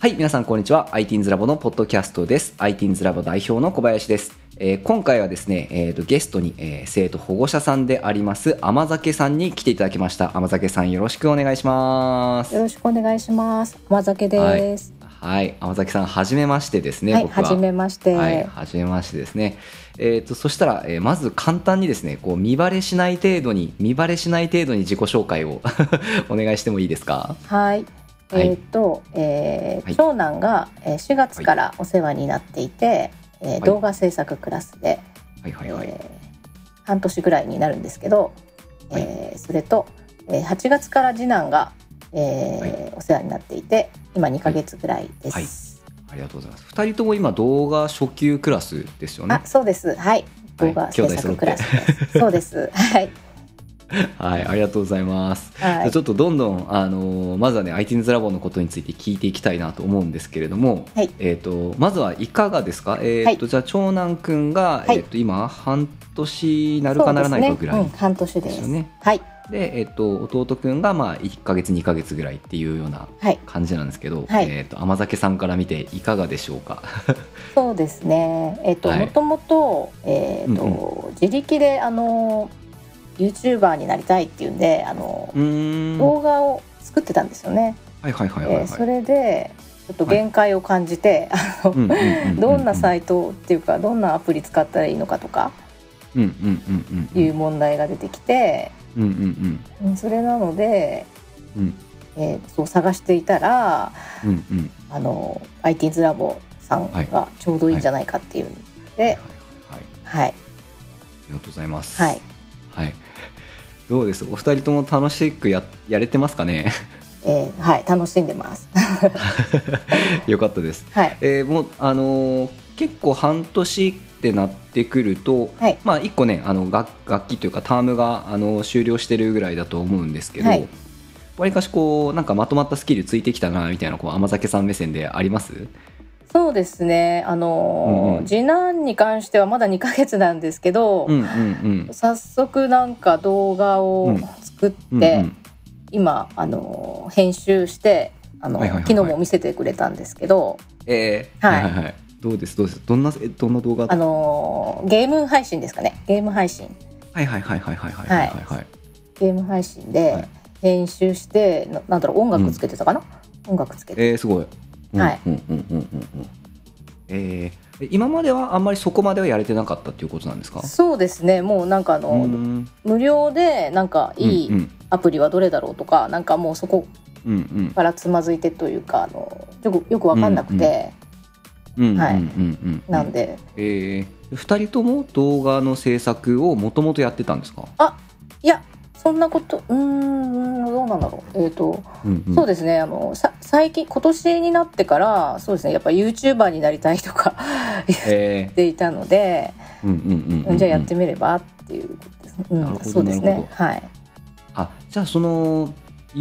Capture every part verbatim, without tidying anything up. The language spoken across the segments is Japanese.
はい、皆さんこんにちは。 アイティーンズ ラボのポッドキャストです。 アイティーンズ ラボ代表の小林です。えー今回はですね、えーとゲストに、えー生徒保護者さんであります甘酒さんに来ていただきました。甘酒さん、よろしくお願いします。 よろしくお願いします。甘酒です。 はい、甘酒さん、はじめましてですね。 はい、 僕ははじめまして。 は、 はいい、 はじめましてですね。えーとそしたら、えーまず簡単にですね、こう見バレしない程度に見バレしない程度に自己紹介をお願いしてもいいですか？ はいえっ、と、えーはい長男がえーしがつからお世話になっていて、えー動画制作クラスで、 はいはいはい。 えー半年ぐらいになるんですけど、 はいえーそれと、えーはちがつから次男が、えーお世話になっていて、今にかげつぐらいです。 はいありがとうございます。ふたりとも今動画初級クラスですよね。 あ、そうです。はい、動画制作クラスです。そうです。はい。 はい、ありがとうございます。 はいじゃあちょっとどんどん、あのーまずはね アイティーンズ ラボのことについて聞いていきたいなと思うんですけれども、 はいえー、とまずはいかがですか？えーとはいじゃあ長男くんが、 はいえー、と今半年なるかならないかぐらいそうですね、うん、半年でですすよね。 はい。 で、えー、と弟くんがまあいっかげつにかげつぐらいっていうようなはい。 感じなんですけど、 はいえー、と甘酒さんから見ていかがでしょうか？ そうですね。えっ、と、 はいもともと、えっ、と、 うん自力であの YouTuber になりたいっていうんで、あのうーん動画を作ってたんですよね。 はいはいはいはいはい。 えーそれでちょっと限界を感じて、あのうんうんうんうんうんどんなサイトっていうか、どんなアプリ使ったらいいのかとかうんうんうんうんいう問題が出てきて、 うんうんうんそれなので、 うんうんえーそう探していたら、 うんうんあの アイティーンズ ラボさんがちょうどいいんじゃないかっていうんで、 はいはいはい、 ありがとうございます。 はい。 はい。どうです？お二人とも楽しくややれてますかね？ えーはい、楽しんでます。 よかったです。 はい、 えーもうあのー結構半年ってなってくると、 はい、 まあ一個ねあの学学期というかタームがあの終了してるぐらいだと思うんですけど、 はいわりかしこうなんかまとまったスキルついてきたなみたいなこう甘酒さん目線であります？ そうですね。あのーうんうん次男に関してはまだにかげつなんですけど、 うんうんうん早速なんか動画を作って、 うんうん今あのー編集してあの、 はいはいはいはい昨日も見せてくれたんですけど、 えーはいはいはいはいどうですどうですどんなえどんな動画？ あのーゲーム配信ですかね。ゲーム配信はいはいはいはいはいはいはいはいはいゲーム配信はでい編集して、ななんだろう、音楽つけてたかな、音楽つけて、 えー、すごい。 はいうんうんうんうんうんうん。えー、今まではあんまりそこまではやれてなかったっていうことなんですか？ そうですね。もうなんかあの、 うーん無料でなんかいいうんうんアプリはどれだろうとか、なんかもうそこうんうんからつまずいてというか、あのよくよく分かんなくて、 うんうんはいうんうんなんで、 えー、ふたりとも動画の制作をもともとやってたんですか？ あ、いやそんなことうーんどうなんだろう。えっ、と、 うんうんそうですね。あのさ最近今年になってからそうですね。やっぱ YouTuber になりたいとか言っえていたので、 ーうんうんうんうんじゃあやってみればっていうことです。うん、 なるほどそうですねなるほ。 はい。 あじゃあその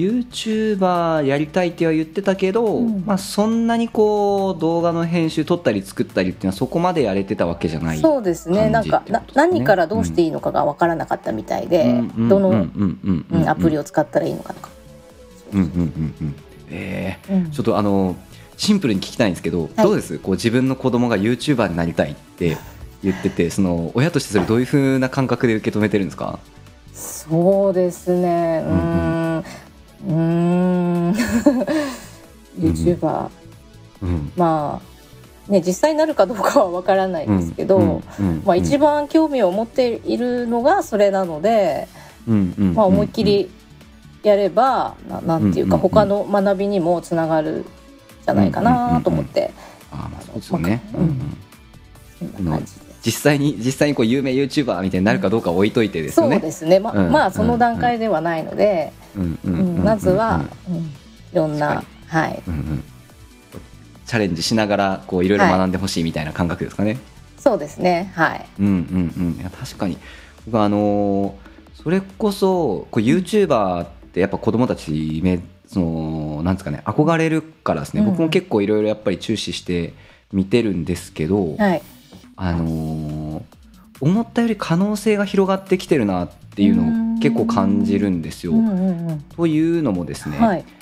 YouTuber やりたいっては言ってたけど、 うんまあ、そんなにこう動画の編集撮ったり作ったりっていうのはそこまでやれてたわけじゃない。 そうですね。なんかな感じってことですね何からどうしていいのかが分からなかったみたいで、どの、うんアプリをを使ったらいいのかとか。 うんうんうんうんえーうんちょっとあのシンプルに聞きたいんですけど、 はいどうですこう自分の子供が YouTuber になりたいって言っててその親としてそれどういう風な感覚で受け止めてるんですか？ そうですね。うーん。うーん。YouTuber、 うんまあね、実際になるかどうかは分からないんですけど、まあ、一番興味を持っているのがそれなので、まあ、思いっきりやれば、ななんていうかうんうんうん他の学びにもつながるんじゃないかなと思って、 あまあそうですよね、 まあうんうんそんな感じで。 実際に実際にこう有名 YouTuber みたいになるかどうかは置いといてですよね。 そうですね。まあ、 うんまあその段階ではないので、 うんうんううんうんんまずは、うんいろんな確、 はい、 うんうんチャレンジしながらこういろいろ学んでほしいみたいな感覚ですかね。 そうですね。はい。 うんうんうんいや確かに僕はあのーそれこそこう YouTuber ってやっぱ子供たちめそのなんですかね憧れるからですね、 うん僕も結構いろいろやっぱり注視して見てるんですけど、 はい。 あのー思ったより可能性が広がってきてるなっていうのを結構感じるんですよ。 うんうんうんというのもですね、 はい。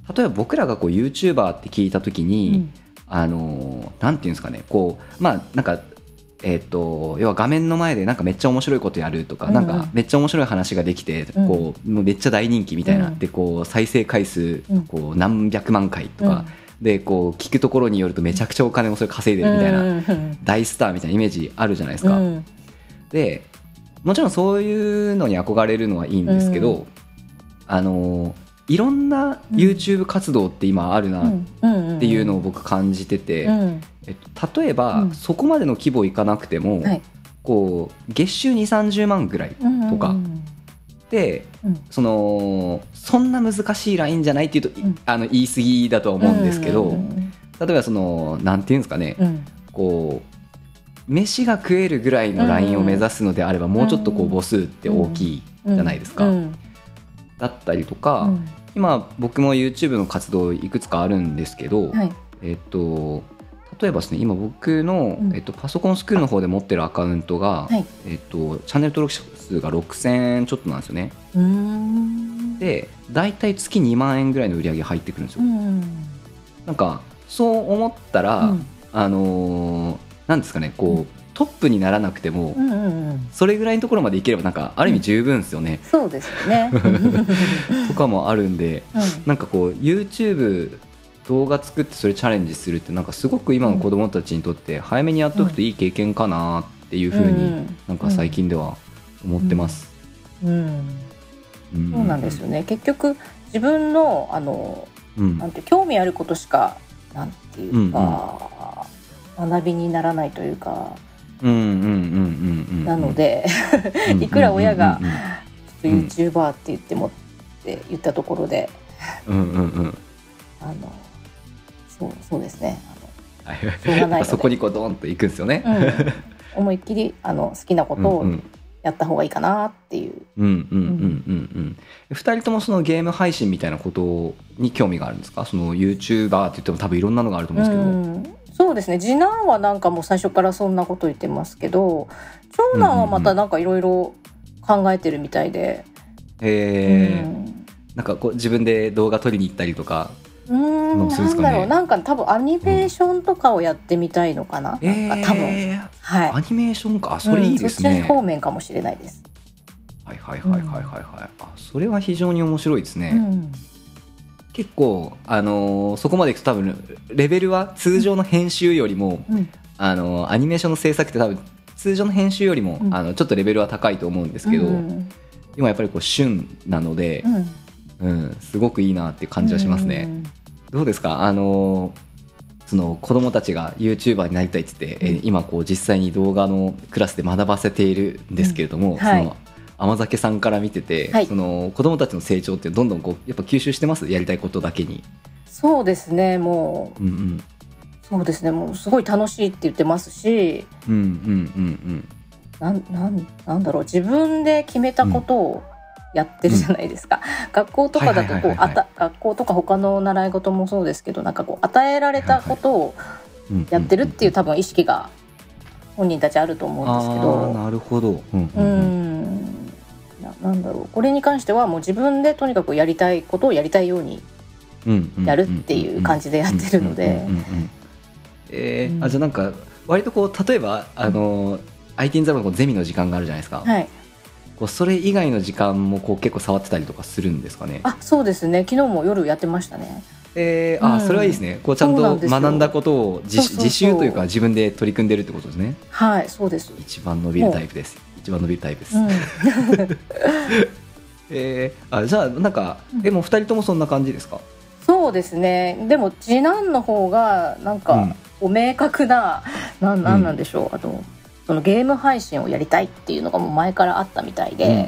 例えば僕らがこう YouTuber って聞いた時に、うん、あのなんていうんですかね、こうまあなんかえー、と要は画面の前でなんかめっちゃ面白いことやるとか、うんうん、なんかめっちゃ面白い話ができて、うん、こうもうめっちゃ大人気みたいな、うん、でこう再生回数こう何百万回とか、うん、でこう聞くところによるとめちゃくちゃお金もそれ稼いでるみたいな、うん、大スターみたいなイメージあるじゃないですか、うん、でもちろんそういうのに憧れるのはいいんですけど、うん、あのいろんな YouTube 活動って今あるなっていうのを僕感じてて、えっと、例えば、うん、そこまでの規模いかなくても、はい、こう月収にじゅうさんじゅうまんぐらいとか、うんうんうん、で、うん、そのそんな難しいラインじゃないっていうと、うん、あの言い過ぎだとは思うんですけど、うんうんうん、例えばそのなんていうんですかね、うん、こう飯が食えるぐらいのラインを目指すのであれば、うんうん、もうちょっとこう母数って大きいじゃないですか、うんうん、だったりとか、うん、今僕も YouTube の活動いくつかあるんですけど、はい、えっと例えばですね、今僕の、うんえっと、パソコンスクールの方で持ってるアカウントが、はいえっと、チャンネル登録者数がろくせんちょっとなんですよね。うーんでだいたい月にまんえんぐらいの売り上げ入ってくるんですよ。うんなんかそう思ったら、うん、あのー、なんですかねこう、うん、トップにならなくても、うんうんうん、それぐらいのところまでいければなんかある意味十分ですよね、 うん、そうですよねとかもあるんで、うん、なんかこう YouTube動画作ってそれチャレンジするってなんかすごく今の子どもたちにとって早めにやっておくといい経験かなっていうふうになんか最近では思ってます、うんうんうん、そうなんですよね。結局自分のあの、うん、なんて興味あることしかなんていうか、うんうん、学びにならないというかなのでいくら親がちょっと YouTuber って言ってもって言ったところで、うんうんうん、あのそう、そうですね。あのしょうがないのでそこにこうドーンといくんですよね、 うん、思いっきりあの好きなことをやった方がいいかなっていう。 ふたりともそのゲーム配信みたいなことに興味があるんですか？その YouTuber って言っても多分いろんなのがあると思うんですけど、うん、 そうですね。次男はなんかもう最初からそんなこと言ってますけど、長男はまたなんかいろいろ考えてるみたいで、 うんうんうん、へー、うん、なんかこう自分で動画撮りに行ったりとかうーんなんだろう、なんか多分アニメーションとかをやってみたいのかな、うん、なんか多分、えーはい、 アニメーションか、それいいですね、 うん、そっち方面かもしれないです。 はいはいはいはいはい、はい、あ、それは非常に面白いですね、うん、結構あのー、そこまでいくと多分レベルは通常の編集よりも、うん、あのー、アニメーションの制作って多分通常の編集よりも、うん、あのちょっとレベルは高いと思うんですけど、うん、今やっぱりこう旬なので、うんうん、すごくいいなって感じはしますね、うん、どうですか、あのその子どもたちが YouTuber になりたいって言って、うん、え今こう実際に動画のクラスで学ばせているんですけれども、うんはい、その甘酒さんから見てて、はい、その子どもたちの成長ってどんどんこうやっぱ吸収してます？やりたいことだけに。 そうですね、もう、うんうん、そうですね、もうすごい楽しいって言ってますし、うんうんうんうん、なん、なん、なんだろう、自分で決めたことを、うんやってるじゃないですか、うん、学校とかだとこう、あた学校とか他の習い事もそうですけど、なんかこう与えられたことをやってるっていう多分意識が本人たちあると思うんですけど、 あ、なるほど、うんうんうん、 な, なんだろうこれに関してはもう自分でとにかくやりたいことをやりたいようにやるっていう感じでやってるので、 あ、じゃあなんか割とこう例えばあの、うん、アイティーン ザボのゼミの時間があるじゃないですか、はい、こうそれ以外の時間もこう結構触ってたりとかするんですかね？ あ、そうですね、昨日も夜やってましたね。 えー、あ、うん、それはいいですね。こうちゃんと学んだことを 自, そうそうそう自習というか自分で取り組んでるってことですね。 はい、そうです。 一番伸びるタイプです。一番伸びるタイプです、うんえー、あ、じゃあなんかえもうふたりともそんな感じですか？ そうですね。でも次男の方がなんか、うん、明確な な, なんなんでしょう、うん、あとそのゲーム配信をやりたいっていうのがもう前からあったみたいで、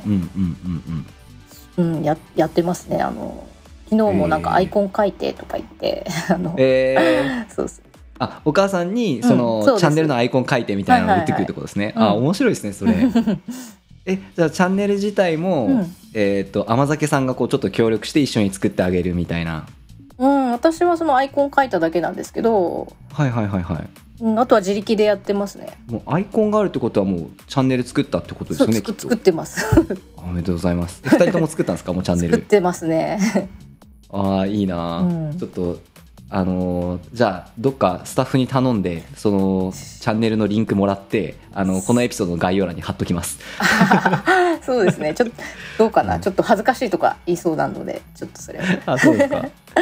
やってますね。あの昨日もなんかアイコン書いてとか言って、えー、あの、えー、そうそう、 あ、お母さんにその、うん、チャンネルのアイコン書いてみたいなのを言ってくるってことですね。あ、面白いですねそれえ、じゃあチャンネル自体も、うん、えーと、甘酒さんがこうちょっと協力して一緒に作ってあげるみたいな。 うん、私はそのアイコン書いただけなんですけど、 はいはいはいはい、 うん、あとは自力でやってますね。 もうアイコンがあるってことはもうチャンネル作ったってことですよね。 そう、作ってますおめでとうございます。ふたりとも作ったんですか？もうチャンネル作ってますねああいいな、うん、ちょっとあのー、じゃあどっかスタッフに頼んでそのチャンネルのリンクもらってあのこのエピソードの概要欄に貼っときますそうですねちょっとどうかな、うん、ちょっと恥ずかしいとか言いそうなのでちょっとそれはあそうですか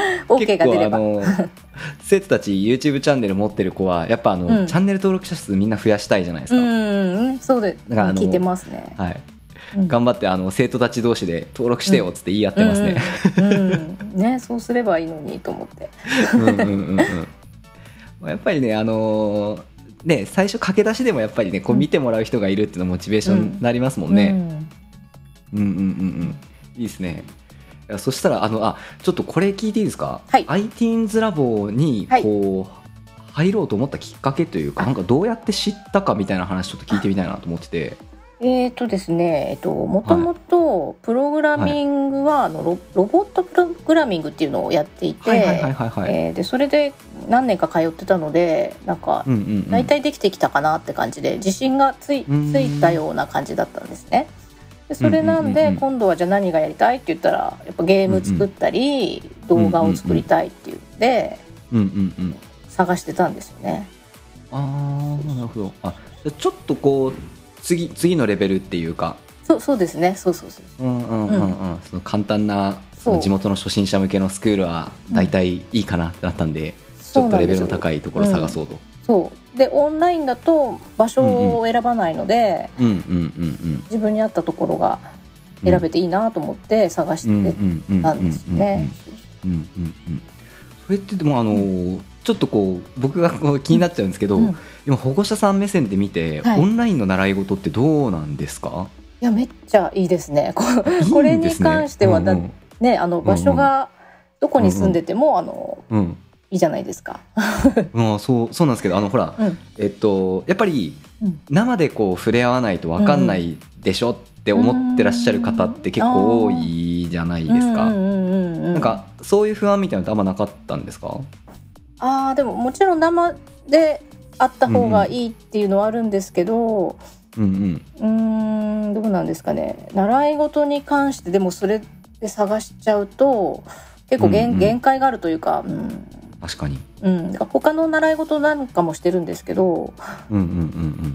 OK が出れば。 結構あの生徒たち YouTube チャンネル持ってる子はやっぱあの、うん、チャンネル登録者数みんな増やしたいじゃないですか。 うんそうで聞いてますね。 はいうん、頑張ってあの生徒たち同士で登録してよっつって言い合ってますね。 うんうんうんねそうすればいいのにと思って。 うんうんうんうん、やっぱりねあのー、ね最初駆け出しでもやっぱりねこう見てもらう人がいるっていうのモチベーションになりますもんね。うんうんうんうんうんいいですね。いやそしたらあのあちょっとこれ聞いていいですか、 はい、 アイティーンズ ラボにこう、はい、入ろうと思ったきっかけというかなんかどうやって知ったかみたいな話ちょっと聞いてみたいなと思ってて。 えーとですね、えっと、もともとプログラミングは、はい、あの ロ, ロボットプログラミングっていうのをやっていてでそれで何年か通ってたのでなんか大体できてきたかなって感じで自信がつ い, ついたような感じだったんですね。でそれなんで今度はじゃあ何がやりたいって言ったらやっぱゲーム作ったり、うんうん、動画を作りたいっていうんで、うんうんうん、探してたんですよね。 あーなるほど。あちょっとこう次, 次のレベルっていうかそ, そうですねそうそうそう、 うんうんうんうん、その簡単なその地元の初心者向けのスクールは大体いいかなってなったんで、うん、ちょっとレベルの高いところを探そうと。 そうでオンラインだと場所を選ばないので自分に合ったところが選べていいなと思って探してたんですね。 それってでもあの、うん、ちょっとこう僕がこう気になっちゃうんですけど、うん、今保護者さん目線で見て、はい、オンラインの習い事ってどうなんですか？ いやめっちゃいいですね。 こ, いいですねこれに関してはだ、うんうんね、あの場所がどこに住んでても、うんうん、あのうんいいじゃないですか。 まあ、そうそうなんですけどあのほら、うんえっと、やっぱり生でこう触れ合わないと分かんないでしょって思ってらっしゃる方って結構多いじゃないですか。なんかそういう不安みたいなのってあんまなかったんですか？ あーでももちろん生であった方がいいっていうのはあるんですけど、うんうん、うーんどうなんですかね。習い事に関してでもそれで探しちゃうと結構 限,、うんうん、限界があるというか、うん確かに、 うん、他の習い事なんかもしてるんですけど、うんうんうんうん、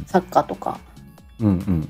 サッカーとか、うんうんうんうん、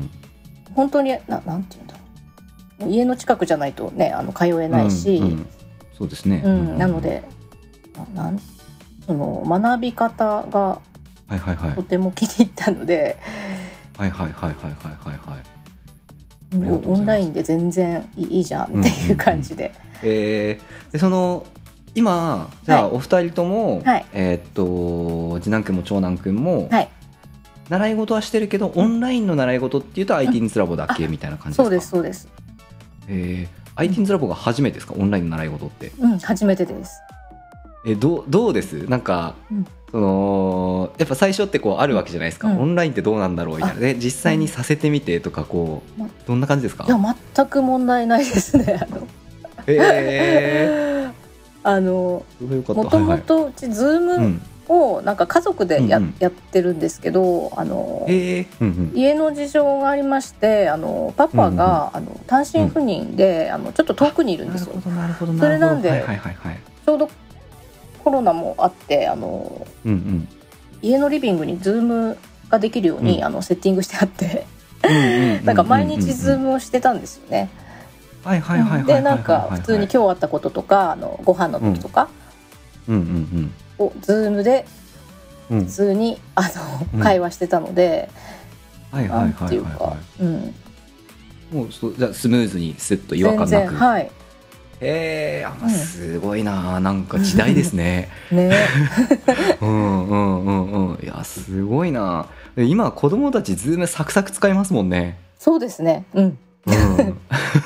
本当に な, なんていうんだろう家の近くじゃないとねあの通えないし、うんうん、 そうですね、 うん、なのでなんその学び方がとても気に入ったので、 はいはいはいはいはいはいはいオンラインで全然いいじゃんっていう感じで、うんうんうんえー、でその今じゃあお二人とも、はいえー、っと次男くんも長男くんも、はい、習い事はしてるけどオンラインの習い事っていうと アイティーンズ ラボだけみたいな感じですか？ そうですそうです、 えー、アイティーンズ ラボが初めてですか？オンラインの習い事って。 うん初めてです。 えどうどうですなんか、うん、そのやっぱ最初ってこうあるわけじゃないですか、うん、オンラインってどうなんだろうみたいなで実際にさせてみてとかこう、ま、どんな感じですか？ いや全く問題ないですね。あのえー、 あのもともとうち Zoom をなんか家族で や,、うんうん、やってるんですけどあの、えーうんうん、家の事情がありましてあのパパが、うんうん、あの単身赴任で、うん、あのちょっと遠くにいるんですよ。それなんで、はいはいはいはい、ちょうどコロナもあってあの、うんうん、家のリビングに Zoom ができるように、うん、あのセッティングしてあってなんか毎日 Zoom をしてたんですよね。でなんか普通に今日あったこととかあのご飯の時とかを Zoom で普通にあの会話してたのでなんていうかもうそじゃあスムーズにスッと違和感なく全然はいえー、あすごいななんか時代ですね。 ねうんうんうんうんいやすごいな今子供たち Zoom サクサク使いますもんね。 そうですねうんうん、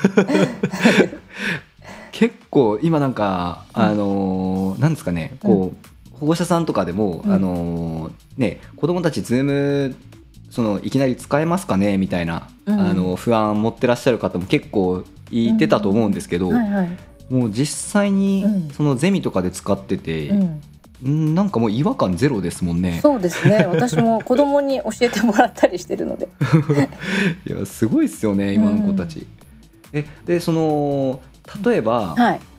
結構今なんかあのー、なんですかねこう、うん、保護者さんとかでも、うん、あのー、ね子供たち Zoom そのいきなり使えますかねみたいな、うん、あの不安持ってらっしゃる方も結構いてたと思うんですけど、うんはいはい、もう実際にそのゼミとかで使ってて、うん、なんかもう違和感ゼロですもんね。 そうですね私も子供に教えてもらったりしてるのでいやすごいですよね今の子たち、うん、えでその例えば、はい、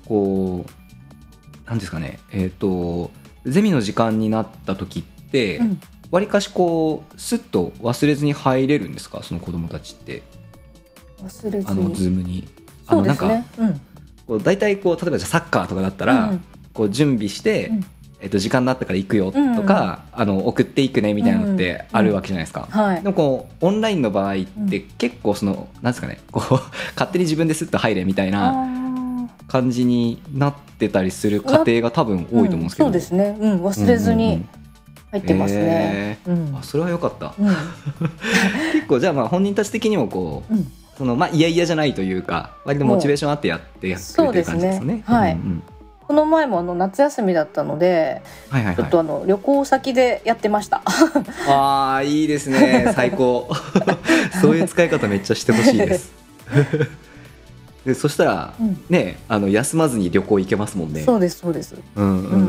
こうなんですかね、えっとゼミの時間になった時ってわり、うん、かしこうスッと忘れずに入れるんですか、その子どもたちって。 忘れずにあのズームにあのなんか、ね、うん、 こう大体こう例えばじゃサッカーとかだったら、うん、こう準備して、うん、えっと、時間になったから行くよとか、うん、あの送っていくねみたいなのってあるわけじゃないですか、うんうんはい、でもこうオンラインの場合って結構その、うん、なんですかね、こう勝手に自分でスッと入れみたいな感じになってたりする家庭が多分多いと思うんですけど、 うん、そうですね、うん、忘れずに入ってますね、 うんうんうんえーうん、あそれは良かった、うん、結構じゃあまあ本人たち的にもこう、うんそのまあ、いやいやじゃないというか割とモチベーションあってやってくれてる感じですよね。そうですね、 はい、うんうん、この前もあの夏休みだったので、はいはいはい、ちょっとあの旅行先でやってましたあーいいですね、最高そういう使い方めっちゃしてほしいですでそしたら、うん、ねあの休まずに旅行行けますもんね。 そうですそうです、 うんうんうんうん、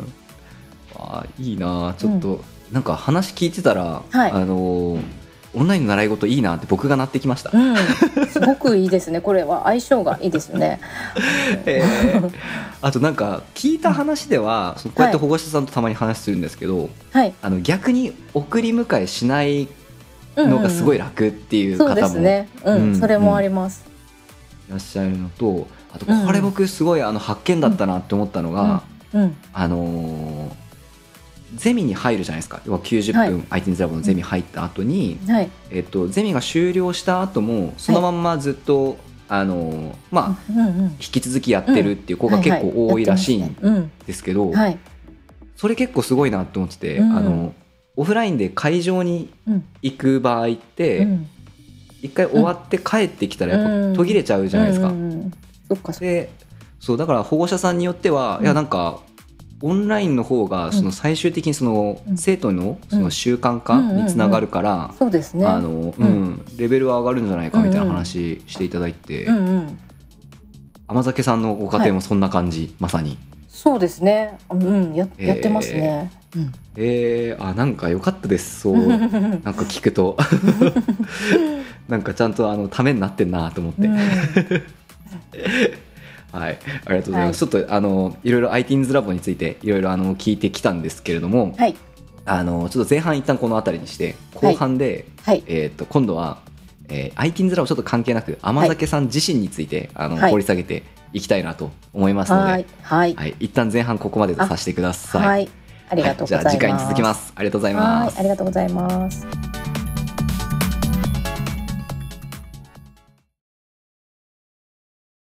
あいいなちょっと、うん、なんか話聞いてたら、はい、あのーオンラインの習い事いいなって僕がなってきました、 うん、すごくいいですねこれは相性がいいですね、 えー、あとなんか聞いた話では、うん、こうやって保護者さんとたまに話するんですけど、はい、あの逆に送り迎えしないのがすごい楽っていう方も、うんうんうん、そうですね、うんうん、 それもあります、 いらっしゃるのと、あとこれ僕すごいあの発見だったなって思ったのが、うんうんうん、あのーゼミに入るじゃないですか。要はきゅうじゅっぷん、はい、アイティーンズラボのゼミ入った後に、はいえっと、ゼミが終了した後もそのまんまずっと、はい、あのまあ、うんうん、引き続きやってるっていう子が結構多いらしいんですけど、それ結構すごいなと思ってて、うん、あのオフラインで会場に行く場合って、うん、一回終わって帰ってきたらやっぱ途切れちゃうじゃないですか。で、そうだから保護者さんによっては、うん、いやなんかオンラインの方がその最終的にその生徒のその習慣化につながるからレベルは上がるんじゃないかみたいな話していただいて、うんうん、甘酒さんのご家庭もそんな感じ、はい、まさにそうですね、うん、や, やってますね、 えーうんえー、あなんか良かったですそうなんか聞くとなんかちゃんとあのためになってんなと思って、うんはい、ありがとうございます、はい、ちょっとあのいろいろ アイティーンズ ラボについていろいろあの聞いてきたんですけれども、はい、あのちょっと前半一旦この辺りにして後半で、はいえー、と今度は、えー、アイティーンズ ラボちょっと関係なく甘酒さん自身について、はい、あの掘り下げていきたいなと思いますので、はいはいはい、一旦前半ここまでとさせてください。 はい、ありがとうございます、 はい、じゃあ次回に続きます。ありがとうございます。 はい、ありがとうございます。